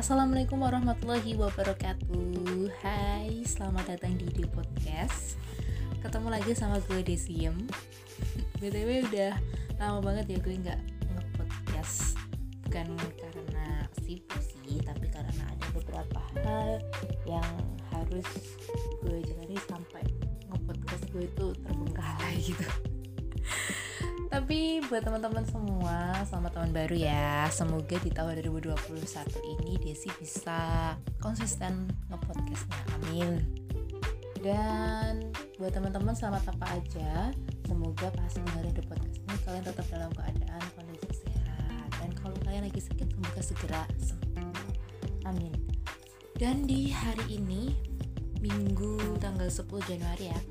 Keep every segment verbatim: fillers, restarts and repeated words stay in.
Assalamualaikum warahmatullahi wabarakatuh. Hai, selamat datang di D Podcast. Ketemu lagi sama gue Desiem. B T W udah lama banget ya gue gak nge-podcast. Bukan karena sibuk sih, tapi karena ada beberapa hal yang harus gue jalani sampai nge-podcast gue itu terbengkalai gitu. Tapi buat teman-teman semua, selamat tahun baru ya. Semoga di tahun dua ribu dua puluh satu ini Desi bisa konsisten nge-podcastnya, amin. Dan buat teman-teman selamat apa aja, semoga pas dengerin di podcast ini kalian tetap dalam keadaan kondisi sehat. Dan kalau kalian lagi sakit, semoga segera sembuh, amin. Dan di hari ini, Minggu tanggal sepuluh Januari ya,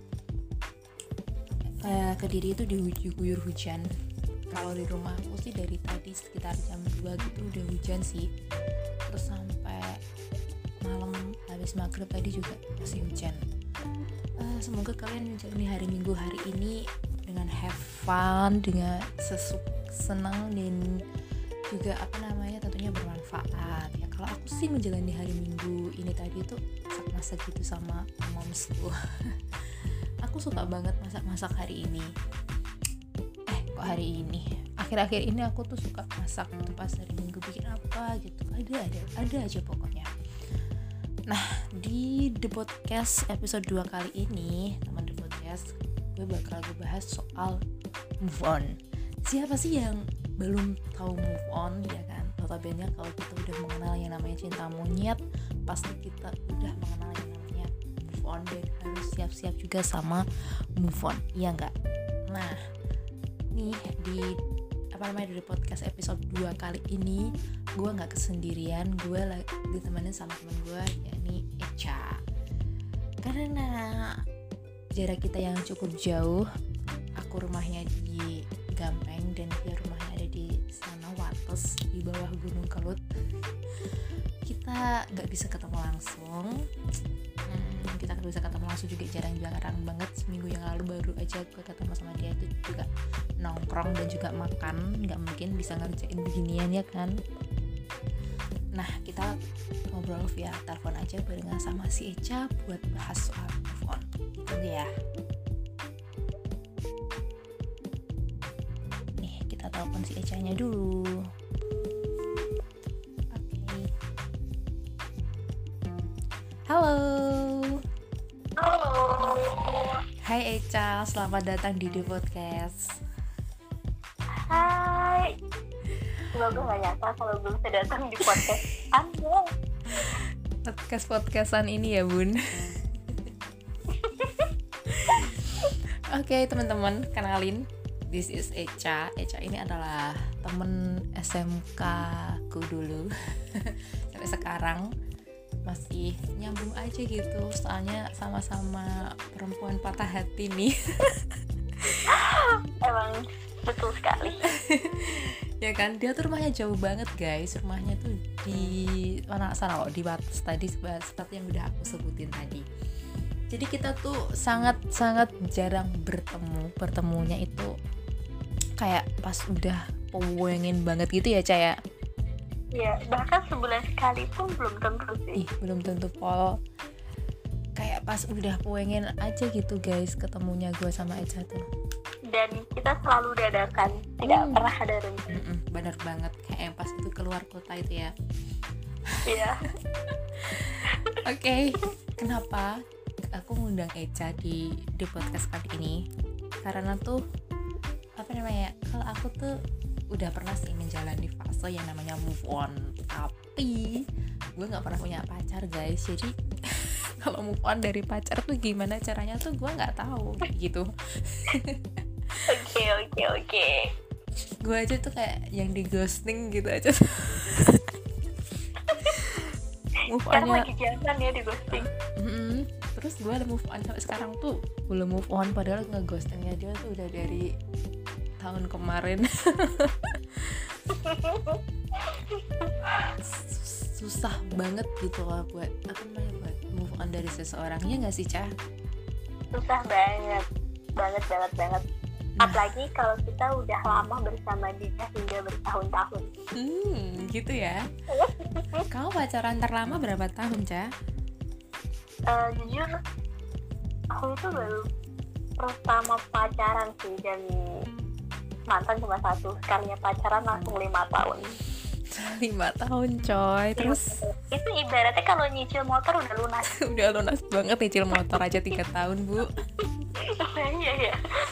Uh, Kediri itu diguyur hujan. Kalau di rumah aku sih dari tadi sekitar jam dua gitu udah hujan sih. Terus sampai malam habis maghrib tadi juga masih hujan. uh, Semoga kalian menjalani hari Minggu hari ini dengan have fun, dengan sesuk senang dan juga apa namanya tentunya bermanfaat ya. Kalau aku sih menjalani hari Minggu ini tadi tuh masak-masak gitu sama momsku. Aku suka banget masak-masak hari ini. Eh, kok hari ini? Akhir-akhir ini aku tuh suka masak gitu pas hari Minggu bikin apa gitu. Ada ada ada aja pokoknya. Nah, di The Podcast episode dua kali ini, teman The Podcast, gue bakal ngebahas soal move on. Siapa sih yang belum tahu move on ya kan? Notabene kalau kita udah mengenal yang namanya cinta monyet, pasti kita udah mengenal yang namanya move on dan harus siap-siap juga sama move on, iya enggak? Nah, nih di apa namanya di podcast episode dua kali ini gue nggak kesendirian, gue lagi ditemenin sama teman gue yakni Echa. Karena jarak kita yang cukup jauh, aku rumahnya di Gampeng dan dia rumahnya ada di sana Wates di bawah Gunung Kelut. Kita nggak bisa ketemu langsung. Hmm, kita bisa ketemu langsung juga jarang-jarang banget. Seminggu yang lalu baru aja gue ketemu sama dia, itu juga nongkrong dan juga makan. Nggak mungkin bisa ngerjain beginian ya kan. Nah, kita ngobrol via telepon aja barengan sama si Echa buat bahas soal telepon. Tunggu ya. Nih, kita telepon si Echa-nya dulu. Halo. Halo. Hai Echa, selamat datang di The Podcast. Hai. Semoga gak nyata kalau belum bisa datang di podcast Anda. Podcast-podcastan ini ya bun. Oke okay, teman-teman, kenalin, this is Echa. Echa ini adalah temen S M K ku dulu. Sampai sekarang masih nyambung aja gitu, soalnya sama-sama perempuan patah hati nih. Emang betul sekali. Ya kan, dia tuh rumahnya jauh banget guys. Rumahnya tuh di mana sana loh, di Wates tadi seperti yang udah aku sebutin tadi. Jadi kita tuh sangat-sangat jarang bertemu. Bertemunya itu kayak pas udah pengen banget gitu ya Caya. Ya, bahkan sebulan sekali pun belum tentu sih. Ih, belum tentu Pol. Kayak pas udah pengen aja gitu guys ketemunya gue sama Echa tuh. Dan kita selalu dadakan, tidak hmm. pernah ada rencana. Bener banget, kayak yang pas itu keluar kota itu ya. Iya. Oke, okay. Kenapa aku ngundang Echa di di podcast kali ini? Karena tuh apa namanya? Kalau aku tuh udah pernah sih menjalani fase yang namanya move on, tapi gue nggak pernah punya pacar guys. Jadi kalau move on dari pacar tuh gimana caranya tuh gue nggak tahu gitu. Oke oke oke. Gue aja tuh kayak yang di ghosting gitu aja. Move sekarang on-nya lagi zaman ya di ghosting. Mm-hmm. Terus gue move on sampai sekarang tuh belum move on, padahal nge-ghostingnya dia tuh udah dari tahun kemarin. Susah banget gitu loh buat apa namanya buat move on dari seseorang, ya nggak sih Cah? Susah banget, banget banget banget. Nah. Apalagi kalau kita udah lama bersama dia hingga bertahun-tahun. Hmm, gitu ya. Kamu pacaran terlama berapa tahun, Ca? Eh, jujur aku itu baru pertama pacaran sih, dan mantan cuma satu, sekalinya pacaran langsung lima tahun. Lima tahun, coy. Terus Itu ibaratnya kalau nyicil motor udah lunas. udah lunas banget nyicil motor aja tiga tahun, Bu. Iya ya.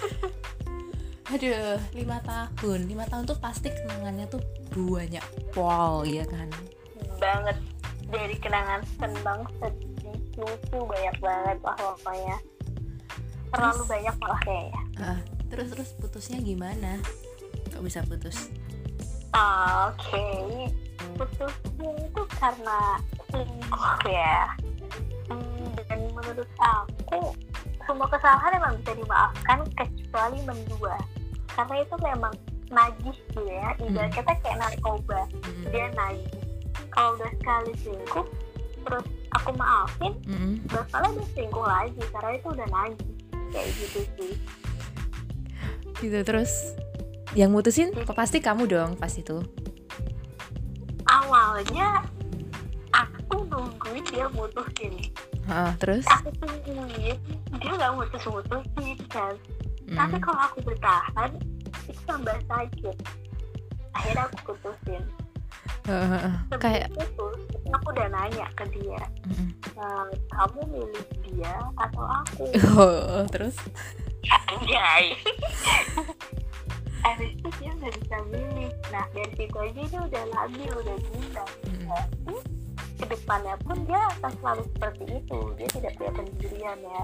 Aduh, lima tahun. Lima tahun tuh pasti kenangannya tuh banyak pol, ya kan? Banget. Dari kenangan senang, sedih, lucu, banyak banget lah pokoknya. Terlalu Terus? banyak malah kayaknya. Ah, terus terus putusnya gimana? Kok bisa putus? Oke, putusnya itu karena selingkuh ya. Hmm, dan menurut aku semua kesalahan emang bisa dimaafkan kecuali mendua, karena itu memang najis gitu ya. Ibarat kita kayak narkoba, Mm-mm. dia najis. Kalau udah sekali selingkuh terus aku maafin, Mm-mm. bakalan dia selingkuh lagi karena itu udah najis, kayak gitu sih. Gitu. Terus yang mutusin pasti kamu dong pas itu. Awalnya aku nungguin dia mutusin, Ah, terus? aku tungguin dia nggak mutus-mutusin kan. Mm. Tapi kalau aku bertahan itu tambah sakit. Akhirnya aku putusin. Ah, ah, ah. Sebelum Kayak putus aku udah nanya ke dia, Mm-mm. "Eh, kamu milih dia atau aku?" Oh, terus? Anjay. Habis itu dia nggak bisa milih. Nah dari situ aja dia udah labil, udah gila. Mm. Tapi kedepannya pun dia akan selalu seperti itu. Dia tidak punya pendirian ya.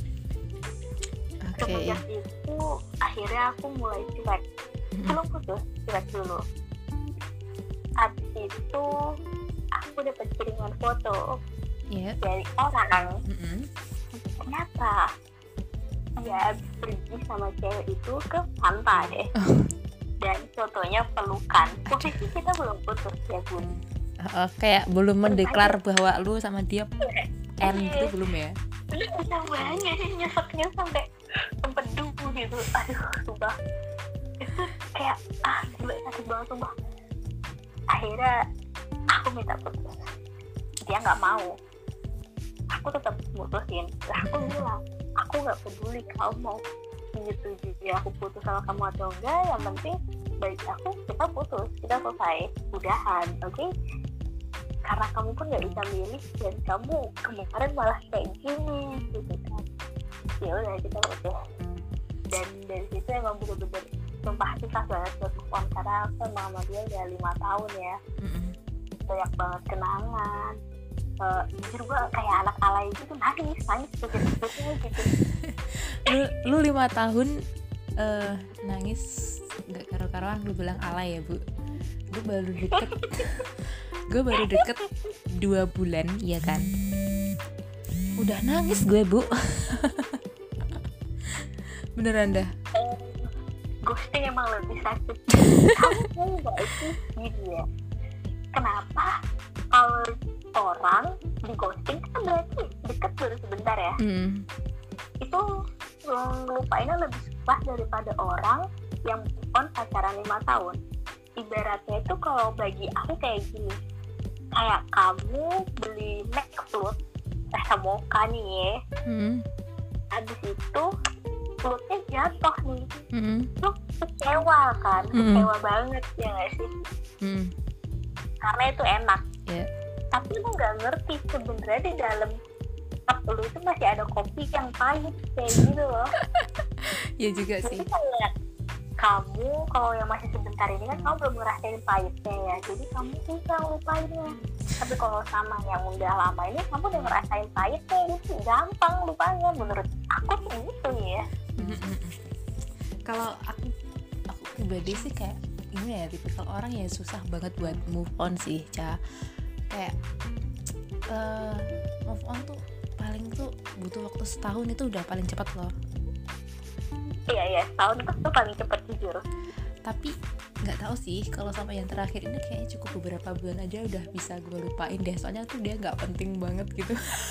Oke. Semenjak itu akhirnya aku mulai cuek. Mm-mm. Belum putus, cuek dulu. Habis itu aku dapat kiriman foto Iya. dari orang. Mm-mm. Ternyata dia habis pergi sama cewek itu ke pantai. Oh. Dan fotonya pelukan. Posisi kita belum putus ya Bun. Oh, kayak belum mendeklar bahwa lu sama dia end gitu belum ya? Lu bisa banget sih nyeseknya sampai empedu gitu. Aduh, sumpah. Itu kayak ah gila, sakit banget sumpah. Akhirnya aku minta putus. Dia nggak mau. Aku tetap mutusin. Lah aku bilang, aku nggak peduli kamu mau menyetujui aku putus sama kamu atau enggak. Yang penting baik aku, kita putus, kita selesai, udahan, oke? Okay? Karena kamu pun nggak bisa milih dan kamu kemarin malah kayak gini gitu kan. Ya udah kita putus. Dan dari situ emang bener-bener sumpah susah banget buat move on, karena aku emang sama dia udah lima tahun ya. Mm-mm. Banyak banget kenangan. Uh, jujur gue kayak anak alay gitu, nangis nangis gitu gitu. Lu lu lima tahun eh, nangis nggak karu-karuan, lu bilang alay ya, Bu? Gue baru deket, gue baru deket dua bulan, ya kan? Udah nangis gue, Bu. Beneran dah. Uh, ghosting emang lebih sakit. Kamu tahu nggak sih gitu ya? Kenapa kalau orang di ghosting kan berarti deket baru sebentar ya? Mm. Itu ngelupainnya lebih susah daripada orang yang move on pacaran lima tahun. Ibaratnya itu kalau bagi aku kayak gini, kayak kamu beli McFlurry rasa mocha nih ya, Mm. habis itu flutnya jatuh nih, Mm. lu kecewa kan, Mm. kecewa banget ya nggak sih? Mm. Karena itu enak, Ya. tapi lu nggak ngerti sebenarnya di dalam cup lu itu masih ada kopi yang pahit kayak gitu loh. Ya juga sih. Jadi kayak kamu kalau yang masih sebentar ini kan kamu belum ngerasain pahitnya ya, jadi kamu bisa lupainnya. Tapi kalau sama yang udah lama ini kamu udah ngerasain pahitnya, gitu gampang lupanya menurut aku sih gitu ya. Kalau aku aku pribadi sih kayak ini ya, tipikal orang ya susah banget buat move on sih, Ca. Kayak uh, move on tuh paling tuh butuh waktu setahun, itu udah paling cepat loh. Iya ya, tahun itu tuh paling cepet jujur. Tapi nggak tahu sih kalau sampai yang terakhir ini kayaknya cukup beberapa bulan aja udah bisa gue lupain deh, soalnya tuh dia nggak penting banget gitu.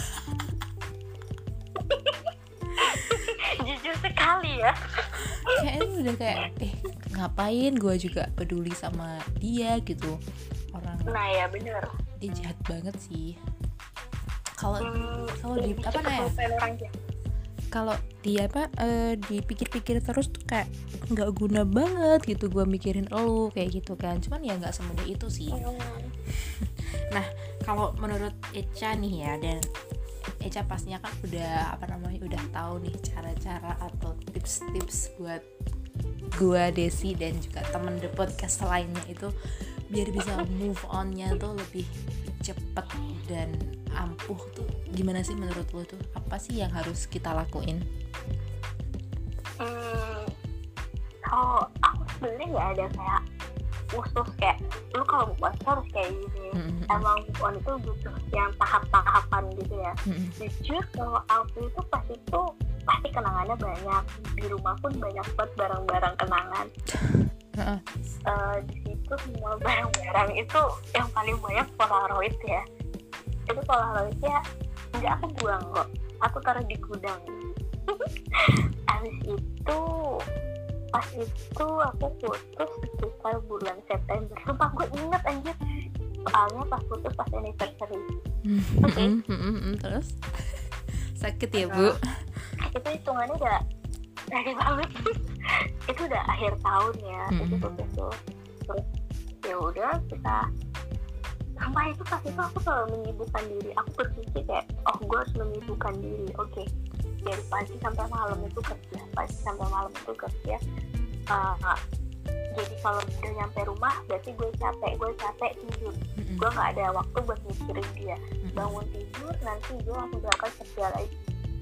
Jujur sekali ya. Kayaknya udah kayak eh ngapain gue juga peduli sama dia gitu. Orang Nah ya bener. ya jahat banget sih. Kalau Hmm, kalau di apa namanya? Kalau dia apa uh, dipikir-pikir terus tuh kayak nggak guna banget gitu gue mikirin elu kayak gitu kan. Cuman ya nggak semudah itu sih. Nah kalau menurut Echa nih ya, dan Echa pastinya kan udah apa namanya udah tahu nih cara-cara atau tips-tips buat gue, Desi dan juga temen The Podcast lainnya itu biar bisa move on-nya tuh lebih cepet dan ampuh tuh gimana sih menurut lo tuh? Apa sih yang harus kita lakuin? Hmm, kalau aku sebenarnya nggak ada kayak khusus kayak lu kalau move on harus kayak gini. Mm-hmm. Emang move on itu butuh yang tahap-tahapan gitu ya. Mm-hmm. Jujur kalau aku itu pas itu pasti kenangannya banyak, di rumah pun banyak banget barang-barang kenangan. Uh-uh. Uh, di situ semua barang-barang itu yang paling banyak Polaroid ya. Itu Polaroidnya nggak aku buang kok, aku taruh di gudang. Abis itu pas itu aku putus sekitar bulan September. Sumpah gue inget anjir, soalnya pas putus pas anniversary. Oke. Okay. Terus sakit ya bu? Itu hitungannya udah dari banget. Itu udah akhir tahun ya. Mm-hmm. Itu putus tuh. Terus ya udah kita. Sumpah itu pas itu aku selalu menyibukkan diri. Aku berpikir kayak, oh gue harus menyibukkan diri. Oke. Okay. Dari pagi sampai malam itu kerja, pagi sampai malam itu kerja. Uh, jadi kalau udah nyampe rumah, berarti gue capek, gue capek tidur. Mm-hmm. Gue nggak ada waktu buat mikirin dia. Bangun tidur, nanti gue langsung berangkat kerja lagi.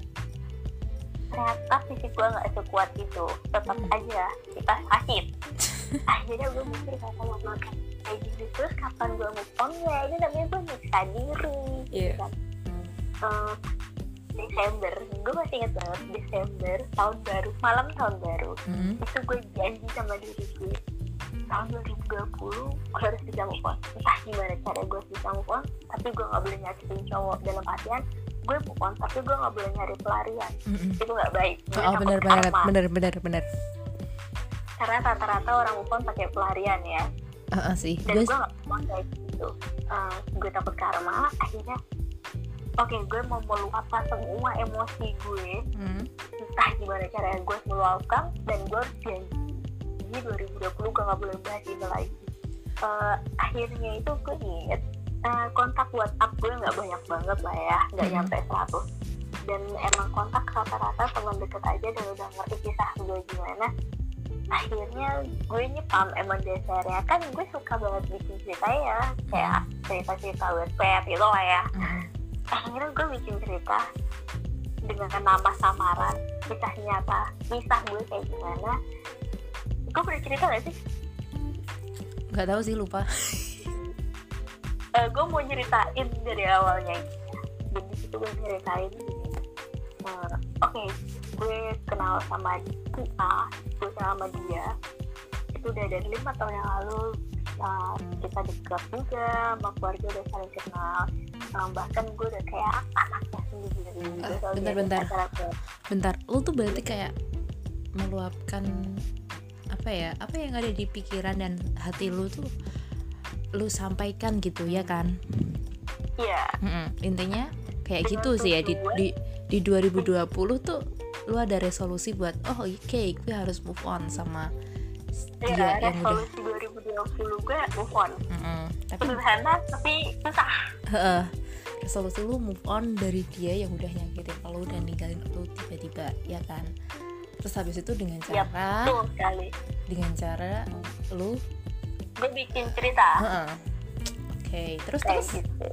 Ternyata fisik gue nggak sekuat itu, tetap aja kita sakit. Akhirnya gue mikir kayak mau makan kayak gitu terus kapan gue move on ya? Ini namanya gue nyiksa diri. Yeah. Kan? Uh, Desember, gue masih inget banget Desember tahun baru, malam tahun baru. Mm-hmm. Itu gue janji sama diri gue tahun dua ribu dua puluh gue harus bisa move on. Entah gimana cara gue bisa move on, tapi gue nggak boleh nyakitin cowok. Dalam artian gue move on, tapi gue nggak boleh nyari pelarian. Mm-hmm. Itu nggak baik. Gue oh benar banget, benar benar benar. Karena rata-rata orang move on pakai pelarian ya. Uh, uh, sih. Dan gue nggak mau kayak gitu. Uh, gue takut karma. Akhirnya oke, okay, gue mau meluapkan semua emosi gue. Hmm. Entah gimana caranya gue meluapkan, dan gue harus janji dua ribu dua puluh gue gak boleh bahas ini lagi. Uh, akhirnya itu gue inget uh, kontak WhatsApp gue gak banyak banget lah ya, gak hmm. nyampe seratus. Dan emang kontak rata-rata teman deket aja dan udah ngerti kisah gue gimana. Akhirnya gue nyepam emang dasarnya kan gue suka banget bikin cerita ya, kayak cerita-cerita webpad gitu lah ya. Hmm. Akhirnya gue bikin cerita dengan nama samaran, kisah nyata, kisah gue kayak gimana. Gue pernah cerita gak sih? Gak tahu sih, lupa. uh, gue mau nyeritain dari awalnya. Dan di situ gue nyeritain uh, oke, okay, gue kenal sama si A, gue kenal sama dia. Itu udah dari lima tahun yang lalu. Nah, kita dekat juga, sama keluarga udah saling kenal. Um, bahkan gue udah kayak anaknya sendiri. Uh, bentar-bentar, bentar. Lu tuh berarti kayak meluapkan apa ya? Apa yang ada di pikiran dan hati lu tuh lu sampaikan gitu ya kan? Iya. Yeah. Intinya kayak dengan gitu sih ya di, di di dua ribu dua puluh tuh lu ada resolusi buat oh oke okay, gue harus move on sama dia ya, yang udah. Resolusi dua ribu dua puluh gue move on. Mm-hmm. Tapi sederhana tapi susah. Heeh. Resolusi lu move on dari dia yang udah nyakitin lu dan ninggalin lu tiba-tiba ya kan. Terus habis itu dengan cara ya, betul sekali. Dengan cara lu gue bikin cerita. Heeh. Oke, okay. terus kayak terus gitu.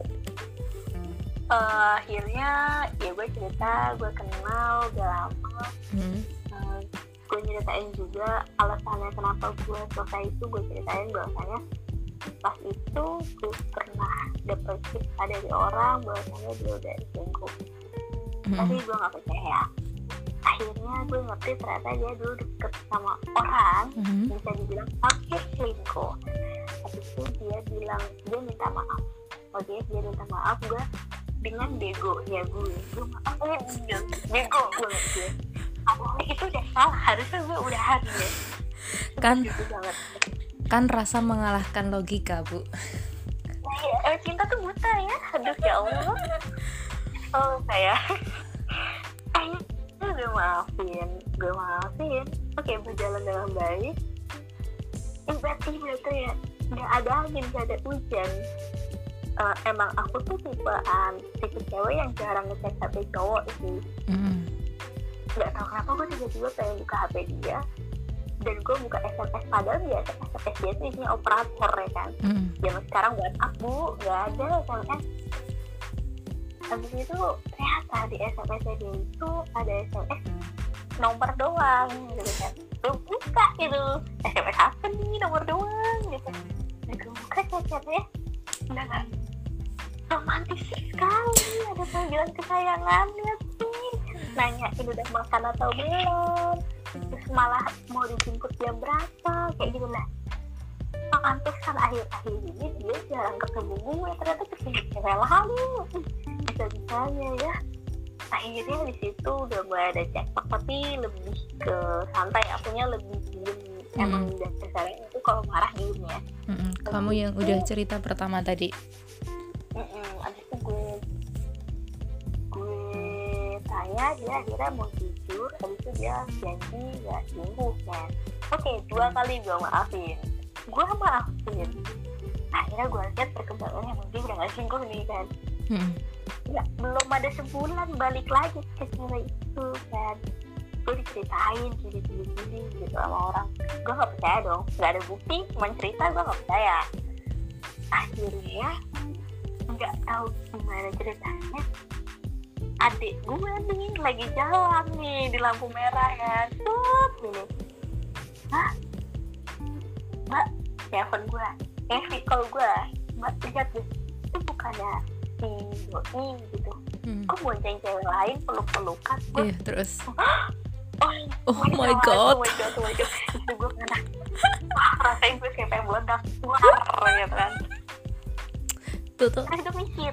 Uh, akhirnya ya gue cerita, gue kenal udah lama. Hmm. Uh, gue ceritain juga alasannya kenapa gue selesai itu, gue ceritain bahwasanya pas itu gue pernah dapet cerita dari orang bahwasanya dia udah selingkuh. Hmm. Tapi gue gak percaya. Akhirnya gue ngerti ternyata dia dulu deket sama orang, hmm. bisa dibilang hampir selingkuh. Habis itu dia bilang, dia minta maaf. Oke, okay, dia minta maaf gue dengan begonya gue. Gue maaf, gue bilang bego banget gue. Awalnya itu udah salah, harusnya gue udah hari ya. Kan, kan rasa mengalahkan logika, Bu. Nah eh, cinta tuh buta ya, aduh ya Allah. Oh saya akhirnya gue maafin gue maafin oke berjalan dengan baik. Tiba-tiba tuh ya nggak ada angin nggak ada hujan. Uh, emang aku tuh tipaan tipe cewek yang jarang ngecek H P cowok sih. mm. Nggak tahu kenapa gue tiba-tiba pengen buka H P dia dan gue buka S M S, padahal biasa S M S dia tuh isinya operator ya kan. mm. Zaman sekarang WhatsApp bu nggak ada S M S. Habis itu ternyata di S M S dia itu ada S M S nomor doang gitu kan. Gue buka gitu S M S apa nih nomor doang gitu. Gue buka chat-chatnya udah gak romantis sekali, ada panggilan kesayangannya sih, nanyain udah makan atau belum, terus malah mau dijemput jam berapa kayak gitu lah. Pantesan akhir-akhir ini dia jarang ketemu gue, ternyata ketemu cewek lain. Bisa-bisanya ya. Akhirnya di situ udah mulai ada cekcok, tapi lebih ke santai, akunya lebih diem. Hmm. Emang dasarnya itu kalau marah diem ya. Mm-mm. Kamu yang itu, udah cerita pertama tadi. Mm-mm. Abis itu gue gue tanya, dia akhirnya mau jujur. Abis itu dia janji gak selingkuh kan. Oke, dua kali gue maafin. Gue maafin. Akhirnya gue lihat perkembangannya, mungkin udah gak selingkuh nih kan. Hmm. Ya, belum ada sebulan balik lagi ke cewek itu kan. Gue diceritain gini-gini gitu sama orang. Gue gak percaya dong, gak ada bukti, cuma cerita, gue gak percaya. Akhirnya gak tahu gimana ceritanya, adik gue nih lagi jalan nih di lampu merah kan. Tut gini, hah? Mbak, telepon gue, eh call gue, Mbak lihat deh, itu bukannya si Doi gitu. Hmm. Kok bonceng cewek lain peluk-pelukan? Iya, yeah, terus oh, oh my god, oh my god, oh my god. Itu gue kena wah, rasain gue kayak pengen meledak keluar gitu kan. Tuh tuh Terus gue mikir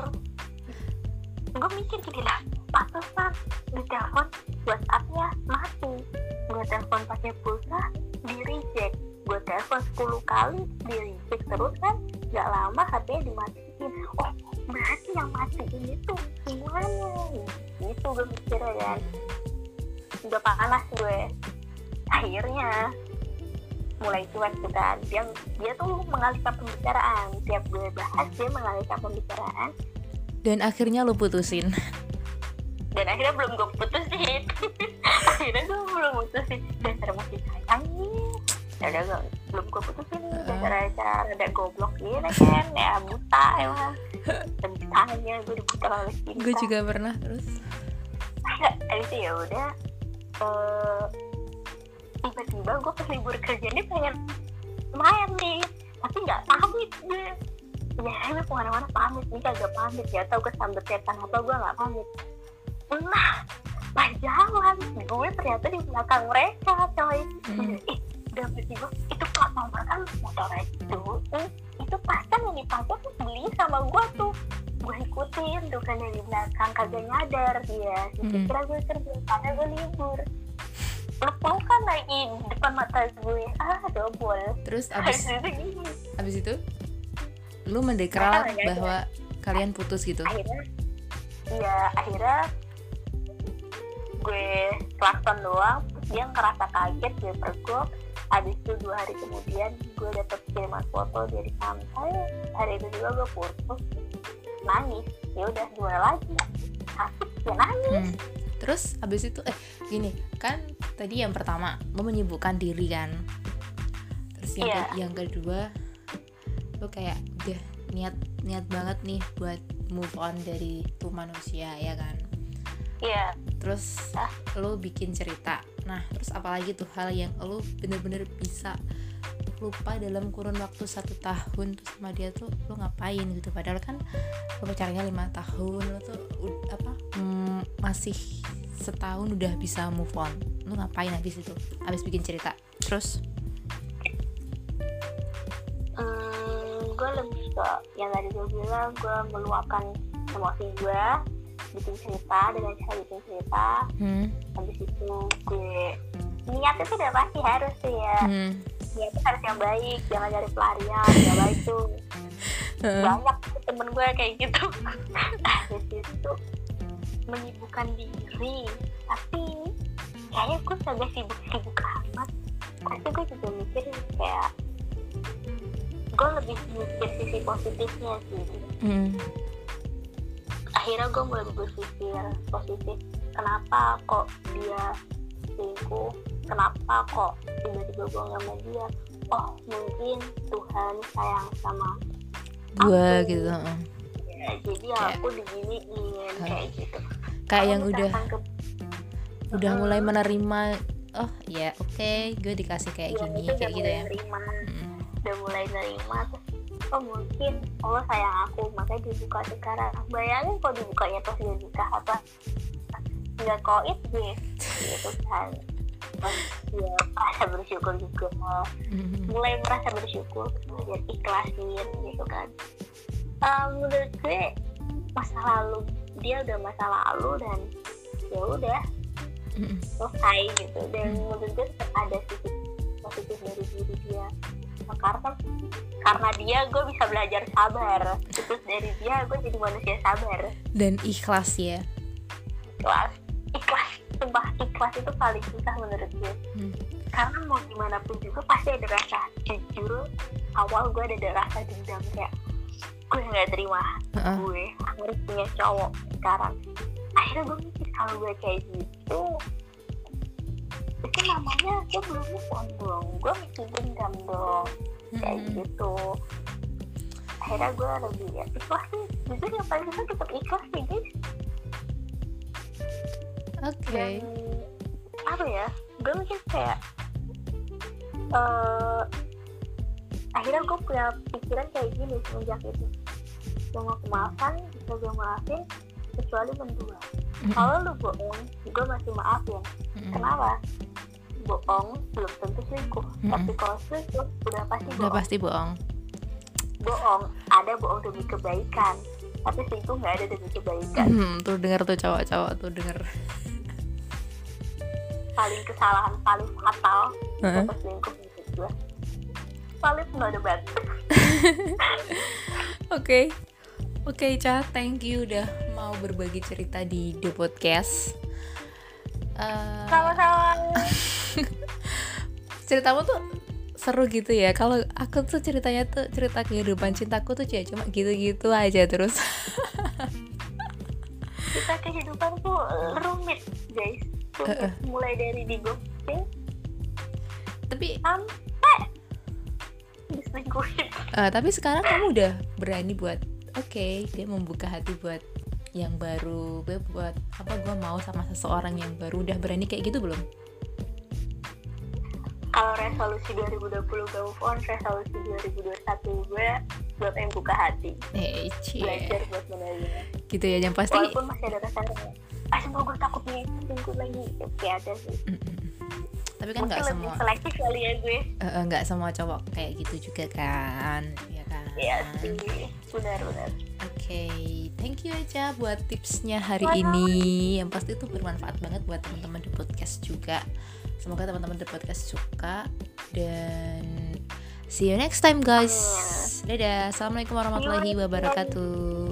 Gue mikir gini lah, pantesan di telepon WhatsApp-nya mati. Gue telepon pakai pulsa, di reject. Gue telepon sepuluh kali, di reject terus kan. Gak lama H P-nya dimatiin. Oh, berarti yang matiin itu semuanya. Gitu gue mikirnya kan. Udah panas gue. Akhirnya mulai cuek tuh kan. Dia, dia tuh mengalihkan pembicaraan. Tiap gue bahas dia mengalihkan pembicaraan. Dan akhirnya lo putusin. Dan akhirnya belum gue putusin. Akhirnya gue belum putusin. Dasar masih sayang nih. Ya udah gue belum gue putusin. Dasar-dasar ada goblok gini kan. Ya buta emang. Tentangnya gue dibuta oleh cinta. Gue juga pernah terus. Habis itu ya udah. Uh, tiba-tiba gue pas libur kerja ini pengen main nih, tapi nggak pamit dia. Ya emang kemana-mana pamit, nih kagak pamit ya, tau gue sambet setan apa gue nggak pamit. Nah, pas jalan gue ternyata di belakang mereka coy. Hmm. Ih, udah tiba itu plat nomor kan motor itu, eh, itu pas kan yang dipakai tuh beli sama gue tuh. Gue ikutin tuh kan dari belakang, kagak nyadar dia. Hmm. Kira gue kerja karena gue libur. Peluk-pelukan lagi di depan mata gue. Ah, double. Terus abis abis itu lu mendeklar nah, bahwa ya, kalian putus gitu. Akhirnya iya, akhirnya gue klakson doang. Dia ngerasa kaget, dia pergok. Habis itu dua hari kemudian gue dapet kiriman foto dia di pantai. Hari itu juga gue putus. Nangis. Ya udah, gimana lagi? Asik ya nangis. Hmm. Terus habis itu eh gini kan tadi yang pertama lo menyibukkan diri kan. Terus yang yeah. ke, yang kedua lo kayak udah niat niat banget nih buat move on dari tuh manusia ya kan. Iya. Yeah. Terus ah. lo bikin cerita. Nah terus apalagi tuh hal yang lo bener-bener bisa lupa dalam kurun waktu satu tahun tuh sama dia tuh lo ngapain gitu, padahal kan lo pacarnya lima tahun, lo tuh uh, apa mm, masih setahun udah bisa move on. Lo ngapain habis itu, habis bikin cerita? Terus hmm, gue lebih ke yang tadi gue bilang, gue meluapkan emosi gue, bikin cerita dengan cara bikin cerita. hmm. Habis itu gue niatnya tuh udah pasti harus tuh ya. hmm. Ya itu harus yang baik, jangan cari pelarian, yang baik tuh banyak temen gue kayak gitu. Habis itu menyibukkan diri, tapi kayaknya gue agak sibuk-sibuk amat. Tapi gue juga mikir kayak gue lebih mikir sisi positifnya sih. Hmm. Akhirnya gue mulai berpikir positif, kenapa kok dia selingkuh, kenapa kok tiba-tiba gue nggak sama dia. Oh mungkin Tuhan sayang sama Gue aku. gitu. Ya, jadi Kayak- aku diginiin Hmm. kayak gitu. Kayak Kalau yang udah misalkan ke- udah Hmm. mulai menerima, oh ya oke gue dikasih kayak ya, gini itu kayak udah gitu mulai ya. nerima, Mm. udah mulai nerima terus oh mungkin Allah sayang aku makanya dibuka sekarang. Bayangin kalau dibukanya pas dia nikah apa nggak koit gue gitu kan. Terus ya merasa bersyukur juga, Mm. mulai merasa bersyukur, kemudian ikhlasin gitu kan. Um, menurut gue masa lalu dia udah masa lalu dan ya udah Mm. selesai gitu. Dan menurut gue tetap ada sisi positif dari diri dia. Nah, karena karena dia gue bisa belajar sabar. Terus dari dia gue jadi manusia sabar. Dan ikhlas ya. Ikhlas, ikhlas, sumpah ikhlas itu paling susah menurut gue. Hmm. Karena mau gimana pun juga pasti ada rasa jujur. Awal gue ada rasa dendam kayak gue nggak terima Uh-uh. gue harus punya cowok sekarang. Akhirnya gue mikir kalau gue kayak gitu itu namanya gue belum move on dong, gue mikir dendam dong kayak Mm. gitu. Akhirnya gue lebih ya ikhlas sih, jujur yang paling susah tetap ikhlas sih guys. Oke. Dan apa ya, gue mikir kayak uh, akhirnya gue punya pikiran kayak gini semenjak itu, gue mau maafkan bisa gue maafin kecuali mendua. Mm-mm. Kalau lu bohong gue masih maafin. Mm-mm. Kenapa? Bohong belum tentu selingkuh. Mm-mm. Tapi kalau selingkuh udah pasti Udah bohong. pasti bohong. Bohong ada bohong demi kebaikan, tapi selingkuh nggak ada demi kebaikan. Hmm, tuh denger tuh cowok-cowok tuh denger. Paling kesalahan paling fatal Heeh. dapat selingkuh menurut gue. Paling nggak ada batu. Oke. Oke, Ca, thank you udah mau berbagi cerita di The Podcast. Eh, Sama-sama. ceritamu tuh seru gitu ya. Kalau aku tuh ceritanya tuh cerita kehidupan cintaku tuh ya cuma gitu-gitu aja terus. Kita kehidupan tuh rumit guys. Rumit. Uh-uh. Mulai dari di ghosting Tapi sampai diselingkuhin. eh, tapi sekarang kamu udah berani buat oke, dia membuka hati buat yang baru, gue buat apa gue mau sama seseorang yang baru, udah berani kayak gitu belum? Kalau resolusi dua ribu dua puluh gak move on, resolusi dua ribu dua puluh satu gue buat yang buka hati, Eh, belajar cie. buat menerima. Gitu ya, yang pasti. Walaupun masih ada rasa ah semua gue takut nih selingkuh lagi, oke ada sih. Mm-mm. Tapi kan Mungkin nggak lebih semua, selektif kali ya gue. eh, eh, nggak semua cowok kayak gitu juga kan, ya kan? Iya sih, benar-benar. Oke, thank you aja buat tipsnya hari Sama. ini. Yang pasti itu bermanfaat banget buat teman-teman di podcast juga. Semoga teman-teman di podcast suka dan see you next time guys. Dadah. Assalamualaikum warahmatullahi wabarakatuh.